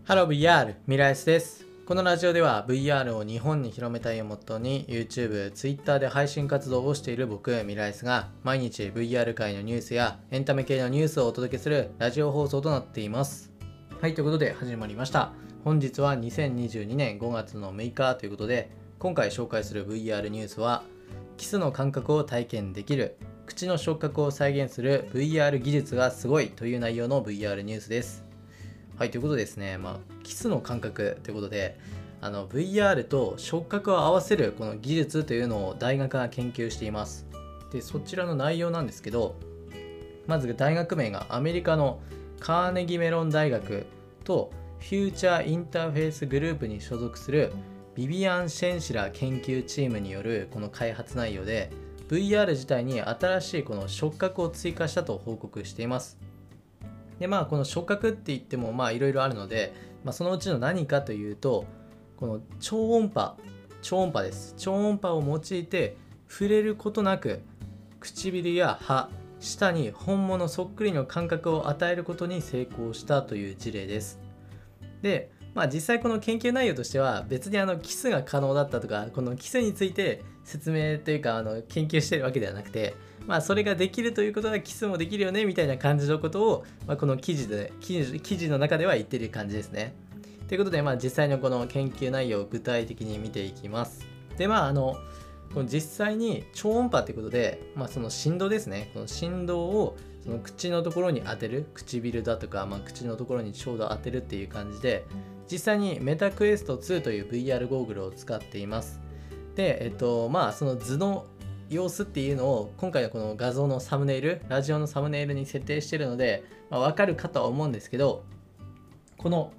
ハロー VR ミライスです。このラジオでは VR を日本に広めたいをモットーに YouTube、Twitter で配信活動をしている僕ミライスが毎日 VR 界のニュースやエンタメ系のニュースをお届けするラジオ放送となっています。はい、ということで始まりました。本日は2022年5月の6日ということで、今回紹介する VR ニュースはキスの感覚を体験できる、口の触覚を再現する VR 技術がすごいという内容の VR ニュースです。はい、ということでですね、キスの感覚ということで、VR と触覚を合わせるこの技術というのを大学が研究しています。で、そちらの内容なんですけど、まず大学名がアメリカのカーネギメロン大学とフューチャーインターフェースグループに所属するビビアン・シェンシラ研究チームによるこの開発内容で、VR 自体に新しいこの触覚を追加したと報告しています。でこの触覚って言ってもいろいろあるので、そのうちの何かというと、この超音波です。超音波を用いて触れることなく唇や歯、舌に本物そっくりの感覚を与えることに成功したという事例です。で、実際この研究内容としては別にキスが可能だったとか、このキスについて説明というか研究してるわけではなくて、それができるということはキスもできるよねみたいな感じのことを、この記事の中では言ってる感じですね。ということで、実際のこの研究内容を具体的に見ていきます。で、この実際に超音波ということで、その振動ですね。この振動をその口のところに当てる、唇だとか、口のところにちょうど当てるっていう感じで、実際にメタクエスト2という VR ゴーグルを使っています。で、その図の様子っていうのを今回のこの画像のサムネイル、ラジオのサムネイルに設定しているので、わかるかとは思うんですけど、この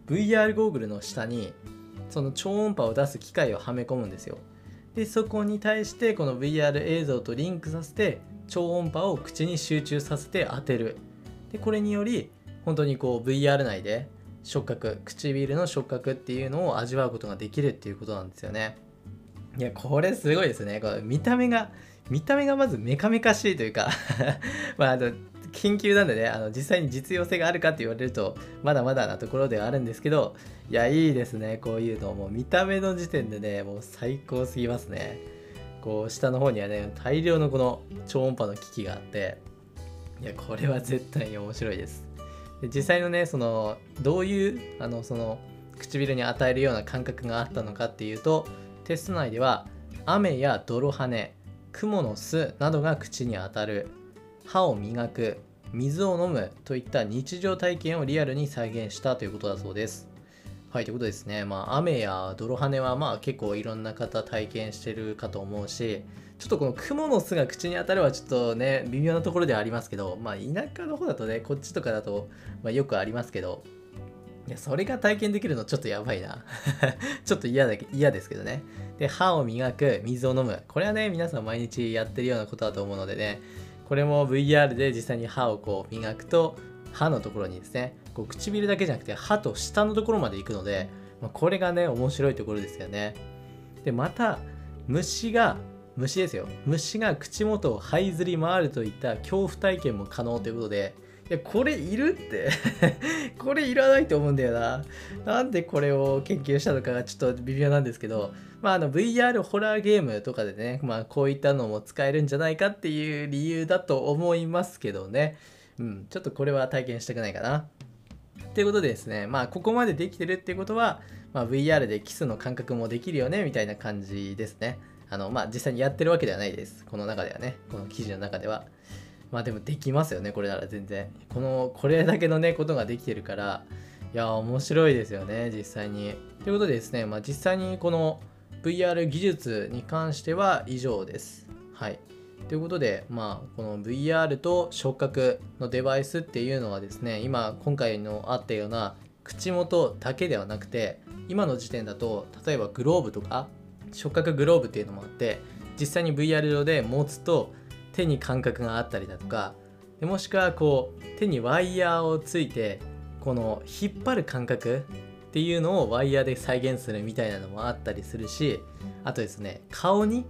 VR ゴーグルの下にその超音波を出す機械をはめ込むんですよ。で、そこに対してこの VR 映像とリンクさせて超音波を口に集中させて当てる。で、これにより本当にこう VR 内で触覚、唇の触覚っていうのを味わうことができるっていうことなんですよね。いや、これすごいですね。これ見た目がまずメカメカしいというか研究なんでね、実際に実用性があるかって言われるとまだまだなところではあるんですけど、いや、いいですね。こういうのもう見た目の時点でね、もう最高すぎますね。こう下の方にはね、大量のこの超音波の機器があって、いや、これは絶対に面白いです。で、実際のね、そのどういうその唇に与えるような感覚があったのかっていうと、テスト内では雨や泥跳ね、蜘蛛の巣などが口に当たる、歯を磨く、水を飲むといった日常体験をリアルに再現したということだそうです。はい、ということですね。雨や泥跳ねは結構いろんな方体験してるかと思うし、ちょっとこの蜘蛛の巣が口に当たるはちょっとね、微妙なところではありますけど、田舎の方だとね、こっちとかだと、よくありますけど、いや、それが体験できるのちょっとやばいな。ちょっと嫌ですけどね。で、歯を磨く、水を飲む。これはね、皆さん毎日やってるようなことだと思うのでね、これも VR で実際に歯をこう磨くと、歯のところにですね、こう唇だけじゃなくて歯と舌のところまで行くので、これがね、面白いところですよね。で、また、虫ですよ。虫が口元を這いずり回るといった恐怖体験も可能ということで、いや、これいるってこれいらないと思うんだよな。なんでこれを研究したのかがちょっと微妙なんですけど、VR ホラーゲームとかでね、こういったのも使えるんじゃないかっていう理由だと思いますけどね。ちょっとこれは体験したくないかな。ということでですね、ここまでできてるっていうことは、VR でキスの感覚もできるよねみたいな感じですね。実際にやってるわけではないです。この中ではね、この記事の中では。でもできますよね、これなら全然。これだけのね、ことができてるから、いや、面白いですよね、実際に。ということでですね、実際にこの VR 技術に関しては以上です。はい。ということで、この VR と触覚のデバイスっていうのはですね、今回のあったような口元だけではなくて、今の時点だと、例えばグローブとか、触覚グローブっていうのもあって、実際に VR 上で持つと、手に感覚があったりだとか、もしくはこう手にワイヤーをついてこの引っ張る感覚っていうのをワイヤーで再現するみたいなのもあったりするし、あとですね、顔に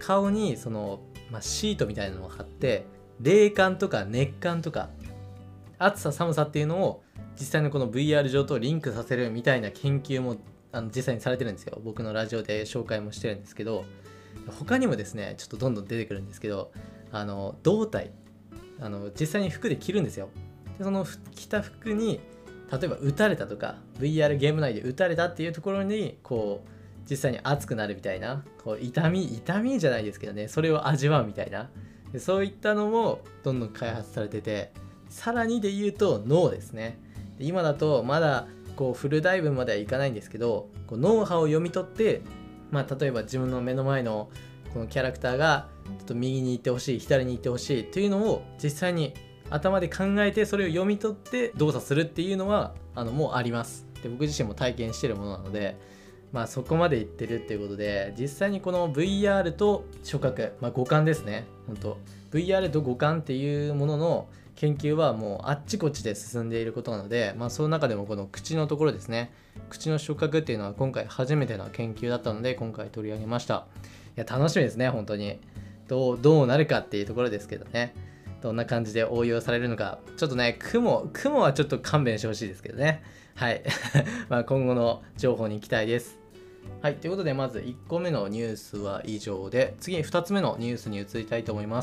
その、シートみたいなのを貼って、冷感とか熱感とか暑さ寒さっていうのを実際のこの VR 上とリンクさせるみたいな研究も実際にされてるんですよ。僕のラジオで紹介もしてるんですけど、他にもですねちょっとどんどん出てくるんですけど、胴体実際に服で着るんですよ。でその着た服に例えば撃たれたとか VR ゲーム内で撃たれたっていうところにこう実際に熱くなるみたいな、こう痛みじゃないですけどね、それを味わうみたいな、でそういったのもどんどん開発されてて、さらにで言うと脳ですね。今だとまだこうフルダイブまではいかないんですけど、こう脳波を読み取って、例えば自分の目の前のこのキャラクターがちょっと右に行ってほしい左に行ってほしいっていうのを実際に頭で考えてそれを読み取って動作するっていうのはもうあります。で僕自身も体験してるものなので、そこまでいってるっていうことで、実際にこの VR と触覚、五感ですね、本当 VR と五感っていうものの研究はもうあっちこっちで進んでいることなので、その中でもこの口のところですね、口の触覚っていうのは今回初めての研究だったので今回取り上げました。いや楽しみですね、本当にどうなるかっていうところですけどね、どんな感じで応用されるのか、ちょっとね雲はちょっと勘弁してほしいですけどね。はい今後の情報に期待です。はい、ということでまず1個目のニュースは以上で、次2つ目のニュースに移りたいと思います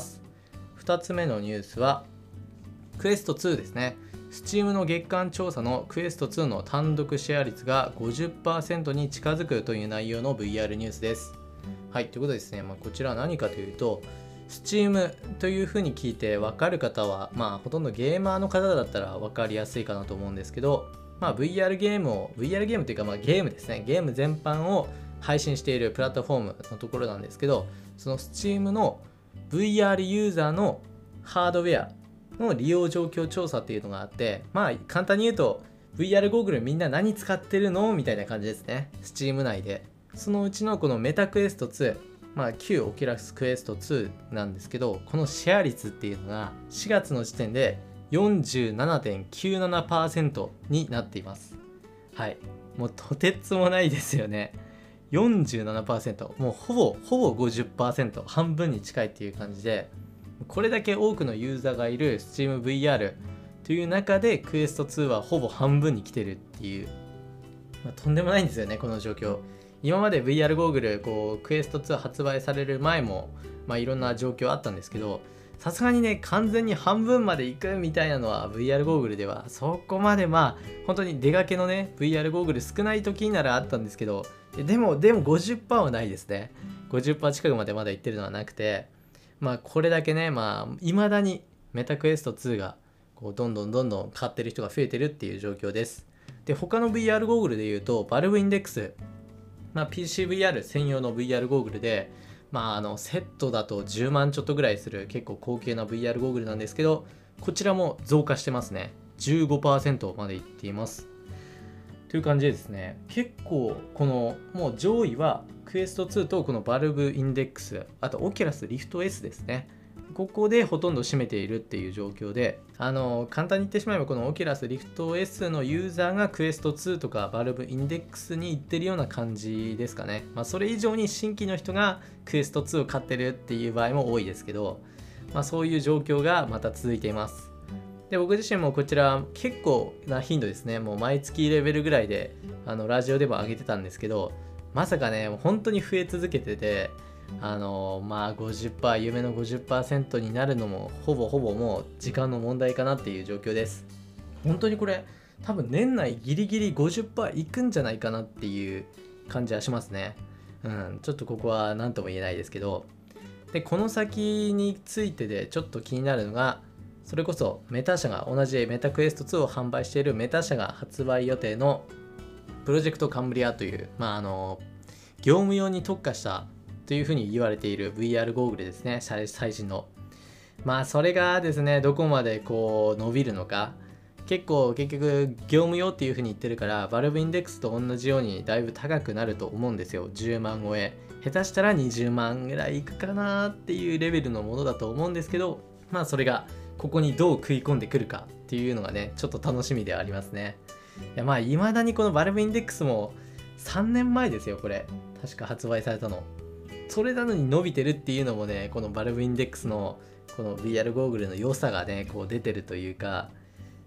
。2つ目のニュースはクエスト2ですね。Steam の月間調査のクエスト2の単独シェア率が 50% に近づくという内容の VR ニュースです。はい、ということですね、こちらは何かというと、Steam というふうに聞いて分かる方は、ほとんどゲーマーの方だったら分かりやすいかなと思うんですけど、VR ゲームというかゲームですね、ゲーム全般を配信しているプラットフォームのところなんですけど、その Steam の VR ユーザーのハードウェアの利用状況調査っていうのがあって、簡単に言うと VR ゴーグルみんな何使ってるのみたいな感じですね、 Steam 内で。そのうちのこのメタクエスト2、旧オキュラスクエスト2なんですけど、このシェア率っていうのが4月の時点で 47.97% になっています。はい、もうとてつもないですよね。47%、もうほぼ 50%、 半分に近いっていう感じで、これだけ多くのユーザーがいる SteamVR という中でクエスト2はほぼ半分に来てるっていう、とんでもないんですよねこの状況。今まで VR ゴーグルクエスト2発売される前も、いろんな状況あったんですけど、さすがにね完全に半分までいくみたいなのは VR ゴーグルではそこまで本当に出かけのね VR ゴーグル少ない時ならあったんですけど、でも 50% はないですね。50% 近くまでまだいってるのはなくて、これだけね未だにメタクエスト2がどんどん買ってる人が増えてるっていう状況です。で他の VR ゴーグルでいうとバルブインデックス、PCVR 専用の VR ゴーグルで、セットだと10万ちょっとぐらいする結構高級な VR ゴーグルなんですけど、こちらも増加してますね。 15% までいっていますという感じでですね、結構このもう上位はクエスト2とこのバルブインデックス、あとオキュラスリフト S ですね、ここでほとんど占めているっていう状況で、簡単に言ってしまえばこのオキュラスリフト S のユーザーがクエスト2とかバルブインデックスに行ってるような感じですかね。それ以上に新規の人がクエスト2を買ってるっていう場合も多いですけど、そういう状況がまた続いています。で僕自身もこちら結構な頻度ですね、もう毎月レベルぐらいでラジオでも上げてたんですけど、まさかねもう本当に増え続けてて、50% 夢の 50% になるのもほぼもう時間の問題かなっていう状況です。本当にこれ多分年内ギリギリ 50% いくんじゃないかなっていう感じはしますね。ちょっとここは何とも言えないですけど、でこの先についてでちょっと気になるのが、それこそメタ社が同じメタクエスト2を販売しているメタ社が発売予定のプロジェクトカンブリアという、業務用に特化したというふうに言われている VR ゴーグルですね、最新の。それがですねどこまで伸びるのか、結局業務用っていうふうに言ってるから、バルブインデックスと同じようにだいぶ高くなると思うんですよ。10万超え、下手したら20万ぐらいいくかなっていうレベルのものだと思うんですけど、それがここにどう食い込んでくるかっていうのがねちょっと楽しみではありますね。いまだにこのバルブインデックスも3年前ですよ、これ確か発売されたの。それなのに伸びてるっていうのもね、このバルブインデックスのこの VR ゴーグルの良さがね出てるというか、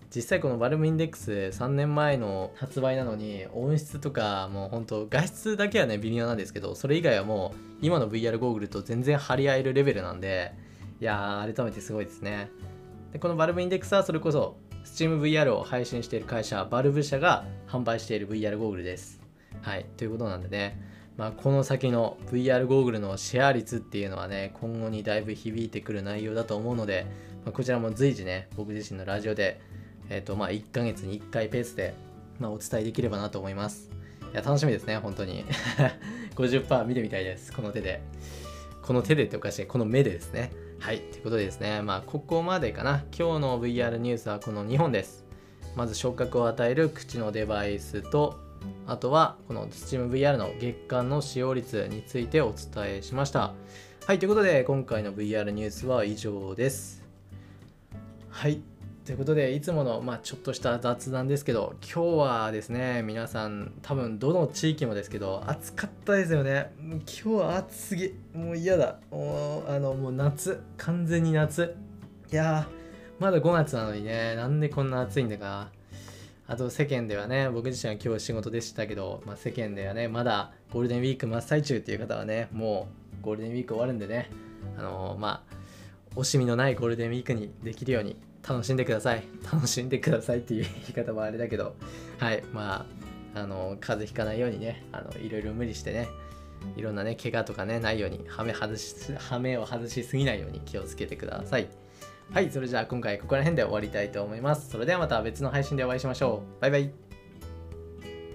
実際このバルブインデックス3年前の発売なのに音質とかもうほんと画質だけはね微妙なんですけど、それ以外はもう今の VR ゴーグルと全然張り合えるレベルなんで、いやー改めてすごいですね。でこのバルブインデックスはそれこそ SteamVR を配信している会社バルブ社が販売している VR ゴーグルです。はい、ということなんでね、この先の VR ゴーグルのシェア率っていうのはね、今後にだいぶ響いてくる内容だと思うので、こちらも随時ね、僕自身のラジオで、1ヶ月に1回ペースで、お伝えできればなと思います。いや、楽しみですね、本当に。50% 見てみたいです、この手で。この手でっておかしい、この目でですね。はい、ということでですね、ここまでかな。今日の VR ニュースはこの2本です。まず触覚を与える口のデバイスと、あとはこの SteamVR の月間の使用率についてお伝えしました。はい、ということで今回の VR ニュースは以上です。はい、ということでいつものちょっとした雑談ですけど、今日はですね、皆さん多分どの地域もですけど暑かったですよね。今日は暑すぎ、もう嫌だ。もう夏、完全に夏。いやーまだ5月なのにね、なんでこんな暑いんだか。あと世間ではね、僕自身は今日仕事でしたけど、世間ではね、まだゴールデンウィーク真っ最中っていう方はね、もうゴールデンウィーク終わるんでね、惜しみのないゴールデンウィークにできるように楽しんでください。楽しんでくださいっていう言い方もあれだけど、はい、風邪ひかないようにね、いろいろ無理してね、いろんなね、怪我とかね、ないように、ハメを外しすぎないように気をつけてください。はい、それじゃあ今回ここら辺で終わりたいと思います。それではまた別の配信でお会いしましょう。バイバイ。